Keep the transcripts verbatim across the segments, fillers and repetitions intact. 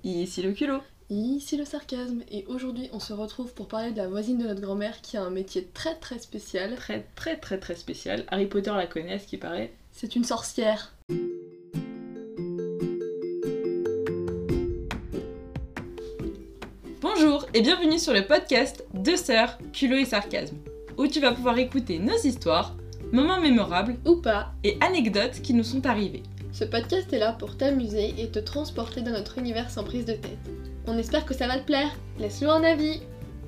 Ici le culot. Ici le sarcasme, et aujourd'hui on se retrouve pour parler de la voisine de notre grand-mère qui a un métier très très spécial. Très très très très spécial. Harry Potter la connaît, à ce qui paraît. C'est une sorcière. Bonjour et bienvenue sur le podcast Deux sœurs, culot et sarcasme, où tu vas pouvoir écouter nos histoires, moments mémorables Ou pas. et anecdotes qui nous sont arrivés. Ce podcast est là pour t'amuser et te transporter dans notre univers sans prise de tête. On espère que ça va te plaire. Laisse-nous un avis.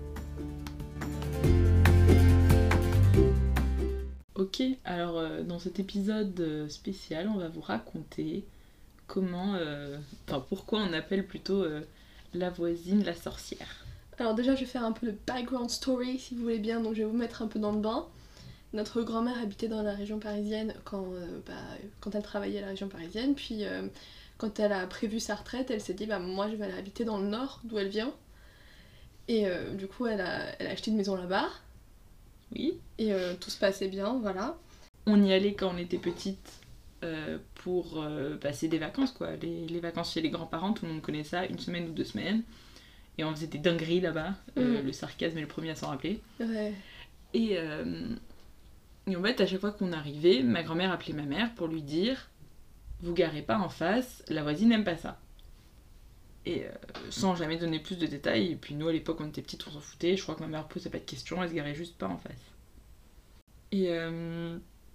Ok, alors euh, dans cet épisode euh, spécial, on va vous raconter comment, euh, enfin pourquoi on appelle plutôt euh, la voisine la sorcière. Alors déjà je vais faire un peu de background story si vous voulez bien, donc je vais vous mettre un peu dans le bain. Notre grand-mère habitait dans la région parisienne quand, euh, bah, quand elle travaillait à la région parisienne, puis euh, quand elle a prévu sa retraite, elle s'est dit bah moi je vais aller habiter dans le nord d'où elle vient. Et euh, du coup elle a, elle a acheté une maison là-bas. Oui. Et euh, tout se passait bien, voilà. On y allait quand on était petite euh, pour euh, passer des vacances, quoi. Les, les vacances chez les grands-parents, tout le monde connaît ça, une semaine ou deux semaines. Et on faisait des dingueries là-bas. Euh, Mm. le sarcasme est le premier à s'en rappeler. Ouais. Et, euh, et en fait, à chaque fois qu'on arrivait, ma grand-mère appelait ma mère pour lui dire « Vous garez pas en face, la voisine n'aime pas ça ». Et euh, sans jamais donner plus de détails. Et puis nous, à l'époque, on était petites, on s'en foutait. Je crois que ma mère posait pas de questions, elle se garait juste pas en face. Et euh,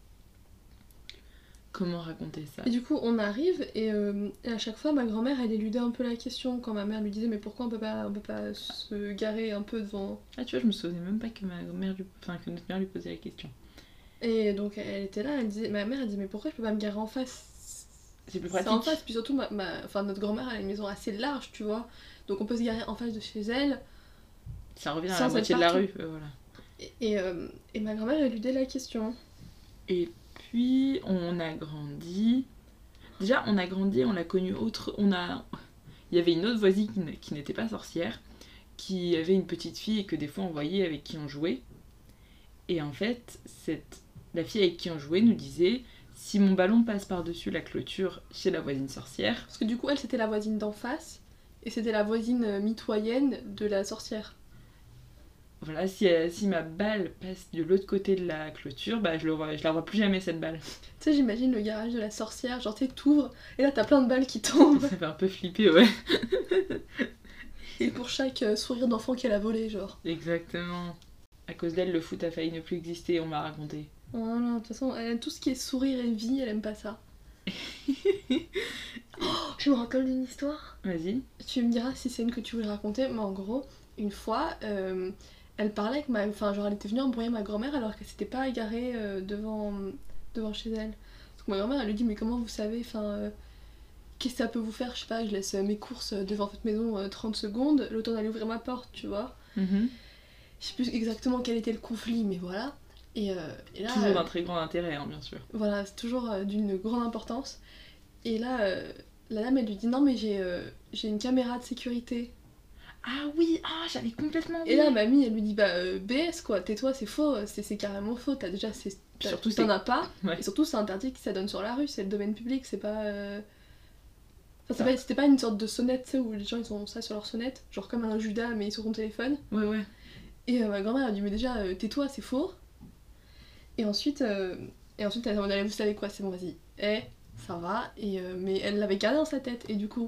comment raconter ça? Et du coup, on arrive et, euh, et à chaque fois, ma grand-mère, elle éludait un peu la question quand ma mère lui disait mais pourquoi on peut pas, on peut pas se garer un peu devant. Ah, tu vois, je me souvenais même pas que ma mère lui... enfin, que notre mère lui posait la question. Et donc elle était là, elle disait, ma mère elle disait mais pourquoi je peux pas me garer en face? C'est plus C'est pratique. en face, puis surtout ma, ma... Enfin, notre grand-mère elle a une maison assez large, tu vois, donc on peut se garer en face de chez elle. Ça revient à Sans la être moitié de la partout. rue, euh, voilà. Et, et, euh, et ma grand-mère elle éludait la question. Et puis, on a grandi... Déjà, on a grandi, on a connu autre... On a... Il y avait une autre voisine qui n- qui n'était pas sorcière, qui avait une petite fille et que des fois on voyait avec qui on jouait. Et en fait, cette... la fille avec qui on jouait nous disait « Si mon ballon passe par-dessus la clôture chez la voisine sorcière, Parce que du coup elle c'était la voisine d'en face, et c'était la voisine euh, mitoyenne de la sorcière. voilà, si, elle- si ma balle passe de l'autre côté de la clôture, bah je, le vois, je la vois plus jamais cette balle. » Tu sais, j'imagine le garage de la sorcière, genre tu sais, t'ouvres, et là t'as plein de balles qui tombent. Ça fait un peu flipper, ouais. Et pour chaque euh, sourire d'enfant qu'elle a volé, genre. Exactement. À cause d'elle, le foot a failli ne plus exister, on m'a raconté. Voilà, de toute façon, elle aime tout ce qui est sourire et vie, elle aime pas ça. Oh, je me rappelle d'une histoire. Vas-y. Tu me diras si c'est une que tu voulais raconter, mais en gros, une fois, euh, elle parlait avec ma... Enfin, genre, elle était venue embrouiller ma grand-mère alors qu'elle s'était pas égarée euh, devant, devant chez elle. Donc ma grand-mère, elle lui dit, mais comment vous savez, enfin... euh, qu'est-ce que ça peut vous faire? Je sais pas, je laisse euh, mes courses devant votre maison euh, trente secondes, le temps d'aller ouvrir ma porte, tu vois. Mhm. Je sais plus exactement quel était le conflit, mais voilà. Et, euh, et là... Toujours euh, d'un très grand intérêt, hein, bien sûr. Voilà, c'est toujours euh, d'une grande importance. Et là, euh, la dame, elle lui dit non, mais j'ai euh, j'ai une caméra de sécurité. Ah oui, ah j'avais complètement Et là, mamie, elle lui dit bah euh, B S quoi, tais-toi, c'est faux, c'est c'est carrément faux. T'as déjà, c'est t'as- Surtout, t'en c'est- as pas. Ouais. Et surtout, c'est interdit que ça donne sur la rue, c'est le domaine public, c'est pas. euh, Enfin, c'est Ah. pas, c'était pas une sorte de sonnette, tu sais, où les gens ils ont ça sur leur sonnette, genre comme un Judas, mais sur son téléphone. Ouais, ouais. Et euh, ma grand-mère, elle dit mais déjà, euh, tais-toi, c'est faux. Et ensuite, euh, et ensuite elle a dit vous savez quoi, c'est bon, vas-y. Eh, ça va. Et, euh, mais elle l'avait gardé dans sa tête, et du coup.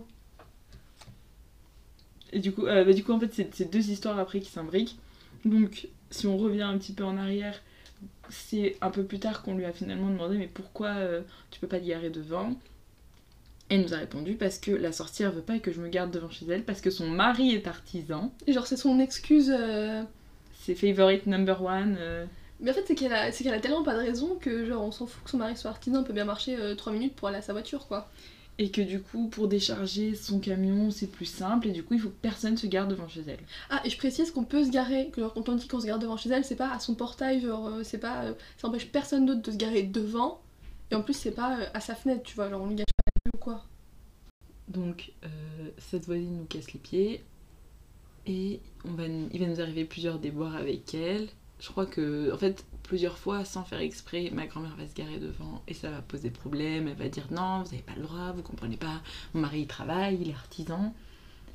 Et du coup, euh, bah, du coup en fait, c'est c'est deux histoires après qui s'imbriquent. Donc, si on revient un petit peu en arrière, c'est un peu plus tard qu'on lui a finalement demandé mais pourquoi euh, tu peux pas te garer devant? Et elle nous a répondu parce que la sorcière veut pas que je me garde devant chez elle, parce que son mari est artisan. Et genre, c'est son excuse. euh, C'est favorite number one. euh, Mais en fait, c'est qu'elle a, c'est qu'elle a tellement pas de raison que, genre, on s'en fout que son mari soit artisan, elle peut bien marcher trois minutes pour aller à sa voiture, quoi. Et que du coup, pour décharger son camion, c'est plus simple. Et du coup, il faut que personne se garde devant chez elle. Ah, et je précise qu'on peut se garer, que genre, quand on dit qu'on se gare devant chez elle, c'est pas à son portail, genre, euh, c'est pas. euh, ça empêche personne d'autre de se garer devant. Et en plus, c'est pas euh, à sa fenêtre, tu vois, genre, on lui gâche pas la vue ou quoi. Donc, euh, cette voisine nous casse les pieds. Et on va, il va nous arriver plusieurs déboires avec elle. Je crois que, en fait, plusieurs fois, sans faire exprès, ma grand-mère va se garer devant et ça va poser problème. Elle va dire non, vous n'avez pas le droit, vous comprenez pas. Mon mari il travaille, il est artisan.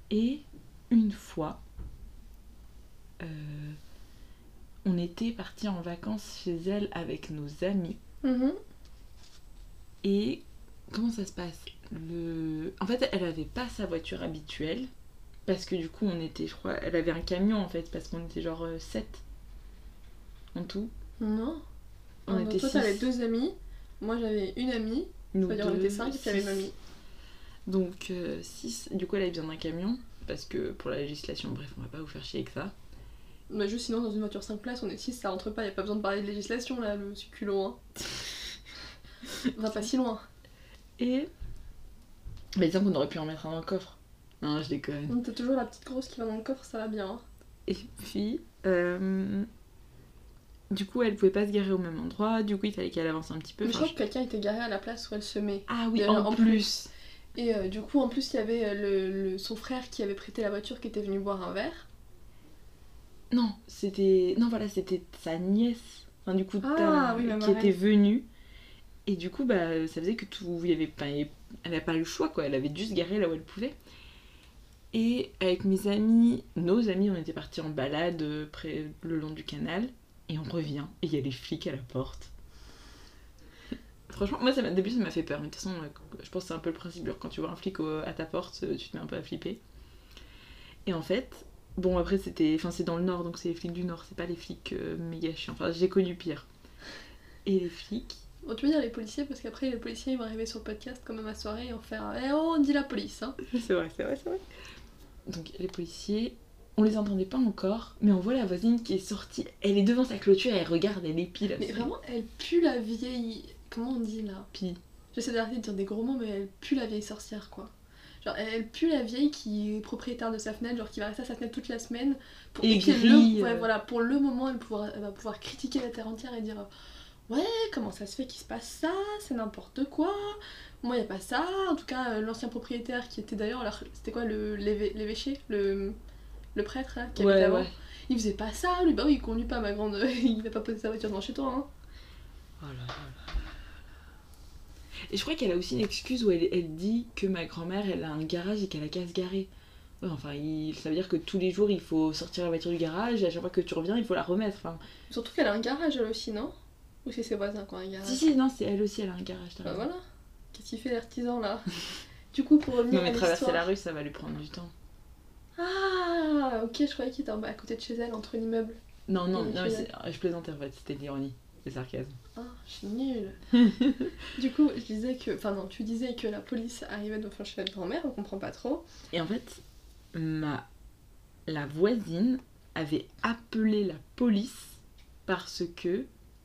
Et une fois, euh, on était partis en vacances chez elle avec nos amis. Mhm. Et comment ça se passe? Le... En fait, elle avait pas sa voiture habituelle. Parce que du coup, on était, je crois, elle avait un camion en fait, parce qu'on était genre sept en tout. Non. On Ah, était toi, six. t'avais deux amis. Moi, j'avais une amie. Nous C'est-à-dire, on deux, était cinq et puis il y avait six. mamie. Donc six. Du coup, elle avait besoin d'un camion. Parce que pour la législation, bref, on va pas vous faire chier avec ça. Mais juste sinon, dans une voiture cinq places, on est six, ça rentre pas. Y a pas besoin de parler de législation là, le succulent. Hein. On va pas si loin. Et. Mais disons qu'on aurait pu en mettre un dans le coffre. Non, je déconne. Donc, t'as toujours la petite grosse qui va dans le coffre, ça va bien. Hein. Et puis. Euh... Du coup, elle pouvait pas se garer au même endroit. Du coup, il fallait qu'elle avance un petit peu. Mais je Enfin, crois que quelqu'un était garé à la place où elle se met. Ah oui, D'ailleurs, en, en plus. Et euh, du coup, en plus, il y avait euh, le, le- son frère qui avait prêté la voiture qui était venu boire un verre. Non, c'était. Non, voilà, c'était sa nièce. Enfin, du coup, Ah, ta- oui, ma qui marraine. était venue. Et du coup, bah, ça faisait que tout. Il y avait... enfin, il y avait- elle n'avait pas le choix, quoi. Elle avait dû se garer là où elle pouvait. Et avec mes amis, nos amis, on était partis en balade euh, près, le long du canal. Et on revient. Et il y a les flics à la porte. Franchement, moi, ça m'a... au début, ça m'a fait peur. Mais de toute façon, euh, je pense que c'est un peu le principe. Genre, quand tu vois un flic au- à ta porte, euh, tu te mets un peu à flipper. Et en fait, bon, après, c'était. Enfin, c'est dans le nord, donc c'est les flics du nord. C'est pas les flics euh, méga chiants. Enfin, j'ai connu pire. Et les flics. Bon, tu veux dire les policiers, parce qu'après, les policiers ils vont arriver sur le podcast comme à ma soirée et on faire Eh oh, on dit la police, hein. C'est vrai, c'est vrai, c'est vrai. Donc, les policiers. On les entendait pas encore, mais on voit la voisine qui est sortie. Elle est devant sa clôture, elle regarde, elle épie là. Mais vraiment, elle pue la vieille. Comment on dit là Puis, J'essaie d'arrêter de dire des gros mots, mais elle pue la vieille sorcière, quoi. Genre, elle, elle pue la vieille qui est propriétaire de sa fenêtre, genre qui va rester à sa fenêtre toute la semaine. Pour, Et puis grille, le, ouais, euh. voilà, pour le moment, elle, pourra, elle va pouvoir critiquer la terre entière et dire Ouais, comment ça se fait qu'il se passe ça? C'est n'importe quoi. Moi, y a pas ça. En tout cas, euh, l'ancien propriétaire qui était d'ailleurs. alors, C'était quoi le, l'évé- l'évêché le, le prêtre là, qui habitait ouais, avant ouais. Il faisait pas ça, lui. Bah oui, il conduit pas, ma grande. Il va pas poser sa voiture devant chez toi, hein. Oh là là là là là. Et je crois qu'elle a aussi une excuse où elle, elle dit que ma grand-mère, elle a un garage et qu'elle a qu'à se garer. Ouais, enfin, il, ça veut dire que tous les jours, il faut sortir la voiture du garage et à chaque fois que tu reviens, il faut la remettre. Enfin, Surtout qu'elle a un garage elle aussi, non? Ou c'est ses voisins qui ont un garage? si, si, non, c'est elle aussi, elle a un garage. t'as Bah raison. voilà. Qu'est-ce qu'il fait l'artisan là? Du coup, pour revenir Non, mais à traverser l'histoire. la rue, ça va lui prendre du temps. Ah, ok, je croyais qu'il était en bas à côté de chez elle, entre l'immeuble. Non, non, Oui, non, mais je- c'est- je plaisantais en fait, c'était de l'ironie, le sarcasme. Ah, je suis nulle. Du coup, je disais que. Enfin, non, tu disais que la police arrivait devant chez la grand-mère, on comprend pas trop. Et en fait, ma... la voisine avait appelé la police parce que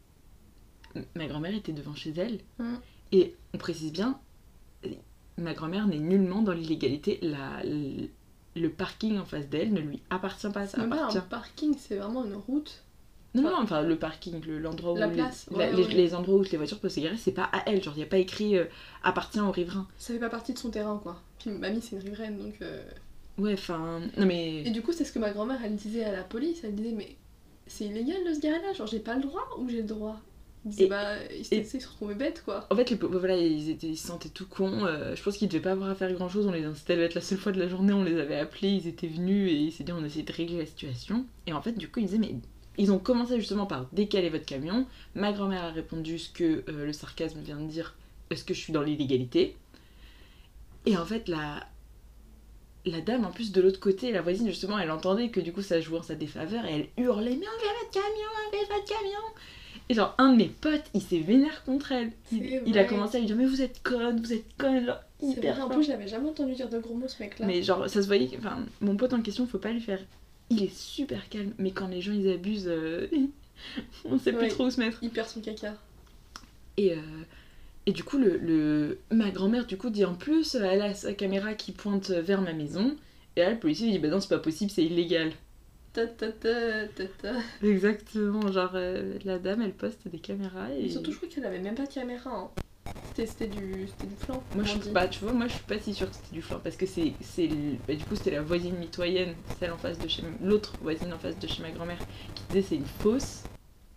ma grand-mère était devant chez elle. Mm. Et on précise bien, ma grand-mère n'est nullement dans l'illégalité. La... Le parking en face d'elle ne lui appartient pas, ça C'est même pas appartient. un parking, c'est vraiment une route. Non, Enfin, non, enfin le parking, le- l'endroit où la les- place, la- ouais, les, ouais. les endroits où les voitures peuvent se garer, c'est pas à elle. Genre, il n'y a pas écrit euh, appartient aux riverains. Ça fait pas partie de son terrain, quoi. Puis mamie, c'est une riveraine, donc. euh, Ouais, enfin. Non, mais. Et du coup, c'est ce que ma grand-mère, elle disait à la police. Elle disait, mais c'est illégal de se garer là, genre j'ai pas le droit ou j'ai le droit? Il disait, Et- bah, ils s'étaient- et- ils se retrouvaient bêtes, quoi. En fait, les, voilà, ils, étaient, ils se sentaient tout cons. euh, je pense qu'ils devaient pas avoir à faire grand chose. On les incitait à être la seule fois de la journée. On les avait appelés, ils étaient venus et ils s'est dit on essayait de régler la situation. Et en fait, du coup, ils disaient mais. Ils ont commencé justement par décaler votre camion. Ma grand-mère a répondu ce que euh, le sarcasme vient de dire. Est-ce que je suis dans l'illégalité? Et en fait, la. La dame, en plus de l'autre côté, la voisine, justement, elle entendait que du coup ça jouait en sa défaveur et elle hurlait mais enlevez votre camion, enlevez votre camion! Et genre, un de mes potes, il s'est vénère contre elle. Il, C'est il a vrai. commencé à lui dire mais vous êtes conne, vous êtes conne, genre C'est hyper vrai, en fort. plus, je l'avais jamais entendu dire de gros mots, ce mec-là. Mais genre, ça se voyait, que- enfin, mon pote en question, faut pas lui faire. Il est super calme, mais quand les gens ils abusent, euh, on sait Ouais. plus trop où se mettre. Il perd son caca. Et, euh, et du coup, le, le... ma grand-mère, du coup, dit en plus, elle a sa caméra qui pointe vers ma maison. Et là, le policier lui dit bah non, c'est pas possible, c'est illégal. Ta ta ta ta ta. Exactement, genre, euh, la dame, elle poste des caméras et. Et surtout, je crois qu'elle avait même pas de caméra. Hein. C'était, c'était du, c'était du flan. Moi, comme je on suis dit. pas, tu vois, moi, je suis pas si sûre que c'était du flan parce que c'est, c'est, le- bah, du coup, c'était la voisine mitoyenne, celle en face de chez, l'autre voisine en face de chez ma grand-mère, qui disait c'est une fausse.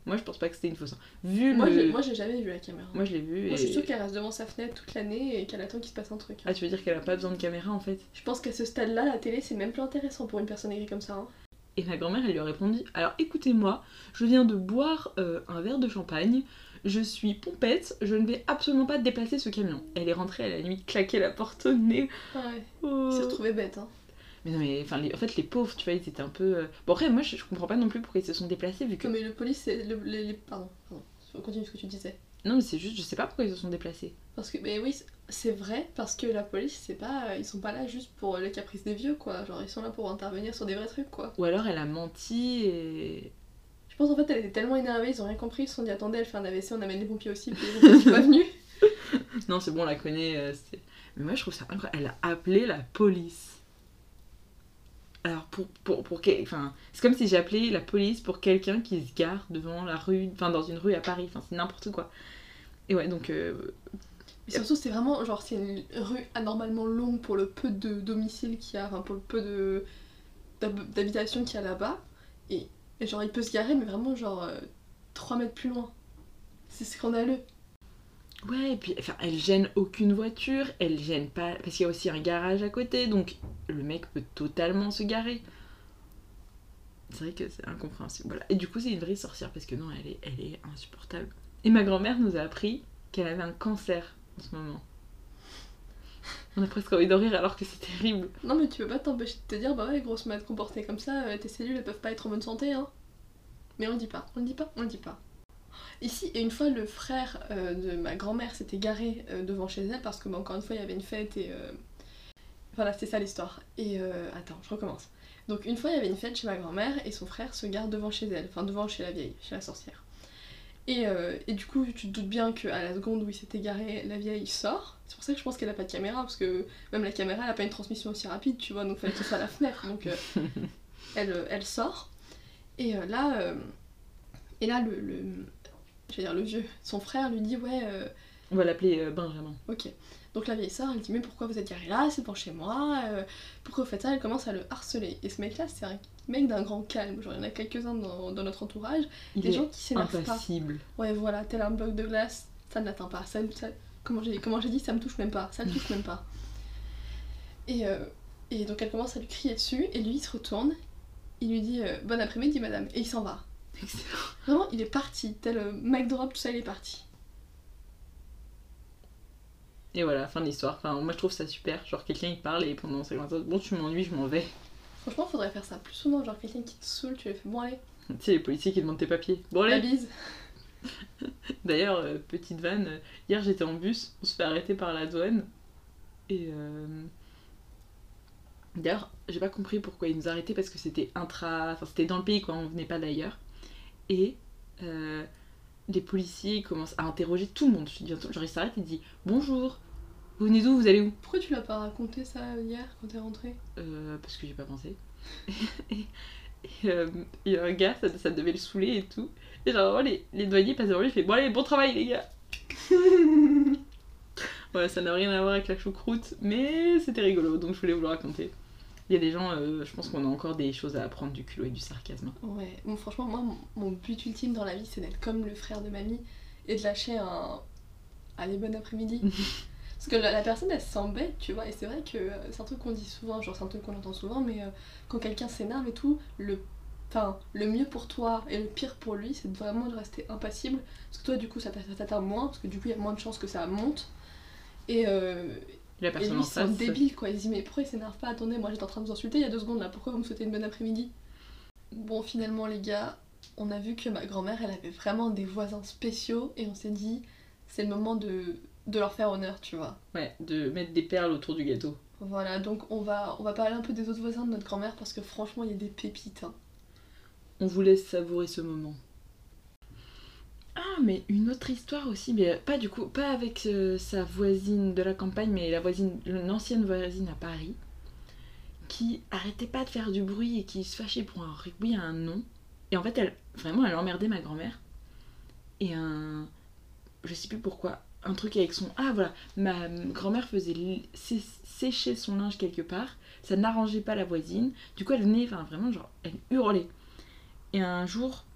Moi, je pense pas que c'était une fausse. Vu Moi, le... j'ai, moi j'ai jamais vu la caméra. Moi, je l'ai vu. Moi, Et... je suis sûre qu'elle reste devant sa fenêtre toute l'année et qu'elle attend qu'il se passe un truc. Ah, tu veux dire qu'elle a pas besoin de caméra en fait? Je pense qu'à ce stade-là, la télé, c'est même plus intéressant pour une personne aigrie comme ça. Hein. Et ma grand-mère, elle lui a répondu: alors écoutez-moi, je viens de boire euh, un verre de champagne, je suis pompette, je ne vais absolument pas déplacer ce camion. Elle est rentrée, elle a limite claqué la porte au nez. Ah ouais. Oh. Il s'est retrouvé bête, hein. Mais non, mais enfin, les... en fait, les pauvres, tu vois, ils étaient un peu. euh, Bon, après, moi, je, je comprends pas non plus pourquoi ils se sont déplacés, vu que. Non, mais le police, c'est. Le, les, les- Pardon, pardon. Continue ce que tu disais. Non, mais c'est juste, je sais pas pourquoi ils se sont déplacés. Parce que, mais oui, c'est vrai, parce que la police, c'est pas. Ils sont pas là juste pour les caprices des vieux, quoi. Genre, ils sont là pour intervenir sur des vrais trucs, quoi. Ou alors, elle a menti et. Je pense en fait, elle était tellement énervée, ils ont rien compris, ils se sont dit attendez, elle fait un A V C, on amène les pompiers aussi, puis les pompiers sont pas venus. Non, c'est bon, on la connaît. euh, c'est- Mais moi, je trouve ça incroyable. Elle a appelé la police. Alors, pour. pour, pour quel- Enfin, c'est comme si j'ai appelé la police pour quelqu'un qui se gare devant la rue. Enfin, dans une rue à Paris. Enfin, c'est n'importe quoi. Et ouais, donc. euh, Mais surtout, c'est vraiment, genre, c'est une rue anormalement longue pour le peu de domiciles qu'il y a, enfin, pour le peu de d'hab- d'habitations qu'il y a là-bas. Et, et genre, il peut se garer, mais vraiment, genre, euh, trois mètres plus loin. C'est scandaleux. Ouais, et puis enfin, elle gêne aucune voiture, elle gêne pas. Parce qu'il y a aussi un garage à côté, donc le mec peut totalement se garer. C'est vrai que c'est incompréhensible. Voilà. Et du coup, c'est une vraie sorcière parce que non, elle est, elle est insupportable. Et ma grand-mère nous a appris qu'elle avait un cancer en ce moment. On a presque envie de rire alors que c'est terrible. Non, mais tu peux pas t'empêcher de te dire, bah ouais, grosse mat comportée comme ça, euh, tes cellules elles peuvent pas être en bonne santé, hein. Mais on le dit pas, on le dit pas, on le dit pas. Ici, et une fois, le frère euh, de ma grand-mère s'était garé euh, devant chez elle parce que, bah, encore une fois, il y avait une fête et. Euh... Voilà, c'était ça l'histoire. Et euh, attends, je recommence. Donc, une fois, il y avait une fête chez ma grand-mère et son frère se gare devant chez elle, enfin devant chez la vieille, chez la sorcière. Et, euh, et du coup, tu te doutes bien qu'à la seconde où il s'était garé, la vieille sort. C'est pour ça que je pense qu'elle a pas de caméra, parce que même la caméra, elle a pas une transmission aussi rapide, tu vois, donc fallait que ce soit à la fenêtre. Donc, euh, elle, euh, elle sort. Et euh, là, euh, et là, le, le, je vais dire le vieux, son frère lui dit ouais, euh, On va l'appeler euh, Benjamin. ok. Donc la vieille sœur, elle dit mais pourquoi vous êtes garé là, c'est pour chez moi, euh, pourquoi vous faites ça, elle commence à le harceler. Et ce mec là, c'est un mec d'un grand calme, genre il y en a quelques-uns dans, dans notre entourage, Il des est gens qui s'énervent pas. impassible. Ouais voilà, tel un bloc de glace, ça ne l'atteint pas, ça, ça- comment j'ai comment j'ai dit, ça me touche même pas, ça le touche même pas. Et, euh, et donc elle commence à lui crier dessus, et lui il se retourne, il lui dit euh, bon après-midi madame, et il s'en va. Excellent. Vraiment, il est parti, tel euh, Mike Drop, tout ça, il est parti. Et voilà, fin de l'histoire. Enfin, moi je trouve ça super. Genre quelqu'un il parle et pendant cinquante secondes, bon tu m'ennuies, je m'en vais. Franchement, faudrait faire ça plus souvent, genre quelqu'un qui te saoule, tu lui fais bon allez, Tu sais, les policiers qui demandent tes papiers. Bon la allez. bise. D'ailleurs, euh, petite vanne, euh, hier j'étais en bus, on se fait arrêter par la douane. Et euh... d'ailleurs, j'ai pas compris pourquoi ils nous arrêtaient parce que c'était intra. Enfin, c'était dans le pays quoi, on venait pas d'ailleurs. Et euh, les policiers commencent à interroger tout le monde. Je dis, genre ils s'arrêtent et ils disent bonjour, vous venez d'où, vous allez où? Pourquoi tu l'as pas raconté ça hier quand t'es rentrée? Euh, parce que j'ai pas pensé. et et, euh, il y a un gars, ça, ça devait le saouler et tout. Et genre, vraiment, les, les douaniers passent devant lui, il fait bon allez, bon travail les gars. Voilà, ça n'a rien à voir avec la choucroute, mais c'était rigolo, donc je voulais vous le raconter. Il y a des gens, euh, je pense qu'on a encore des choses à apprendre du culot et du sarcasme. Ouais, bon, franchement, moi, mon, mon but ultime dans la vie, c'est d'être comme le frère de mamie et de lâcher un. Allez, bon après-midi. Parce que la, la personne, elle se sent bête, tu vois, et c'est vrai que euh, c'est un truc qu'on dit souvent, genre c'est un truc qu'on entend souvent, mais euh, quand quelqu'un s'énerve et tout, le. Enfin, le mieux pour toi et le pire pour lui, c'est vraiment de rester impassible. Parce que toi, du coup, ça t'atteint moins, parce que du coup, il y a moins de chances que ça monte. Et, euh, La et personne lui, en c'est un face. débile quoi. Il se dit, mais pourquoi il s'énerve pas? Attendez, moi j'étais en train de vous insulter il y a deux secondes là, pourquoi vous me souhaitez une bonne après-midi? Bon, finalement, les gars, on a vu que ma grand-mère, elle avait vraiment des voisins spéciaux et on s'est dit, c'est le moment de, de leur faire honneur, tu vois. Ouais, de mettre des perles autour du gâteau. Voilà, donc on va, on va parler un peu des autres voisins de notre grand-mère parce que franchement, il y a des pépites. Hein. On vous laisse savourer ce moment. Ah, mais une autre histoire aussi, mais pas du coup, pas avec euh, sa voisine de la campagne, mais la voisine, l'ancienne voisine à Paris, qui arrêtait pas de faire du bruit et qui se fâchait pour un oui à un non. Et en fait, elle, vraiment, elle emmerdait ma grand-mère. Et un, je sais plus pourquoi, un truc avec son, ah voilà, ma grand-mère faisait sé- sécher son linge quelque part, ça n'arrangeait pas la voisine. Du coup, elle venait, enfin vraiment, genre, elle hurlait. Et un jour,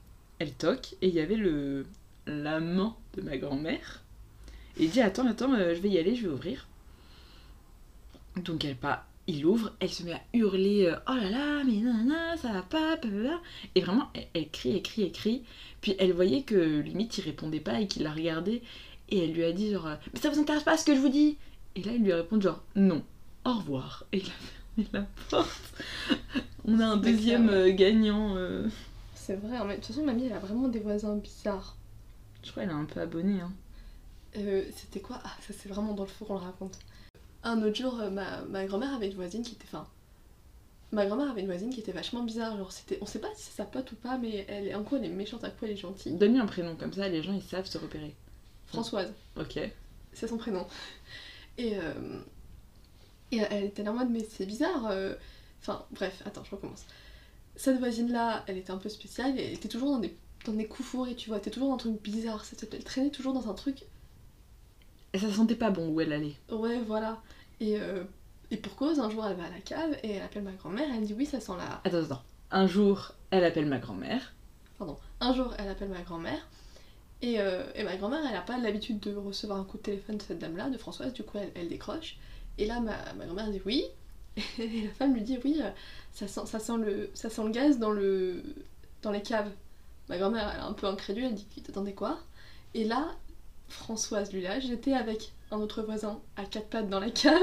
elle toque et il y avait le l'amant de ma grand-mère. Et il dit attends, attends, euh, je vais y aller, je vais ouvrir. Donc elle pas, il ouvre, elle se met à hurler euh, oh là là, mais nanana, ça va pas, blablabla. Et vraiment, elle, elle crie, elle crie, elle crie. Puis elle voyait que limite il répondait pas et qu'il la regardait. Et elle lui a dit genre mais ça vous intéresse pas ce que je vous dis? Et là il lui a répondu genre non, au revoir. Et il a fermé la porte. On a un deuxième euh, gagnant. Euh... C'est vrai, mais de toute façon mamie elle a vraiment des voisins bizarres. Je crois qu'elle est un peu abonnée. Hein. Euh, c'était quoi? Ah, ça c'est vraiment dans le faux qu'on le raconte. Un autre jour, euh, ma, ma grand-mère avait une voisine qui était... Enfin, ma grand-mère avait une voisine qui était vachement bizarre. Genre, c'était... On sait pas si c'est sa pote ou pas, mais elle est... un coup elle est méchante, un coup elle est gentille. Donne-lui un prénom, comme ça les gens ils savent se repérer. Françoise. Ok. C'est son prénom. Et, euh... Et elle était là en mode, mais c'est bizarre. euh... Enfin, bref, attends, je recommence. Cette voisine-là, elle était un peu spéciale et elle était toujours dans des, dans des coups fourrés, tu vois. Elle était toujours dans un truc bizarre. Elle traînait toujours dans un truc... Et ça sentait pas bon où elle allait. Ouais, voilà. Et, euh, et pour cause, un jour elle va à la cave et elle appelle ma grand-mère et elle me dit oui, ça sent la... Attends, attends. Un jour, elle appelle ma grand-mère. Pardon. Un jour, elle appelle ma grand-mère et, euh, et ma grand-mère, elle a pas l'habitude de recevoir un coup de téléphone de cette dame-là, de Françoise, du coup elle, elle décroche. Et là, ma, ma grand-mère dit oui. Et la femme lui dit oui, ça sent, ça sent, le, ça sent le gaz dans, le, dans les caves. Ma grand-mère, elle est un peu incrédule, elle dit t'attendais quoi? Et là... Françoise lui là, j'étais avec un autre voisin à quatre pattes dans la cave.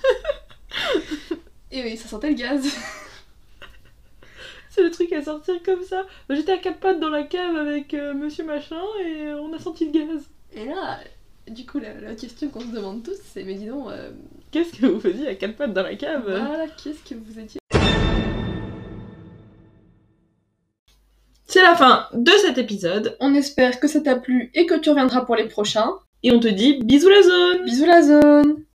Et oui, ça sentait le gaz. C'est le truc à sortir comme ça. J'étais à quatre pattes dans la cave avec euh, monsieur machin et on a senti le gaz. Et là, du coup, la, la question qu'on se demande tous, c'est mais dis donc... Euh... Qu'est-ce que vous faisiez à quatre pattes dans la cave? Voilà, qu'est-ce que vous étiez? C'est la fin de cet épisode. On espère que ça t'a plu et que tu reviendras pour les prochains. Et on te dit bisous la zone. Bisous la zone.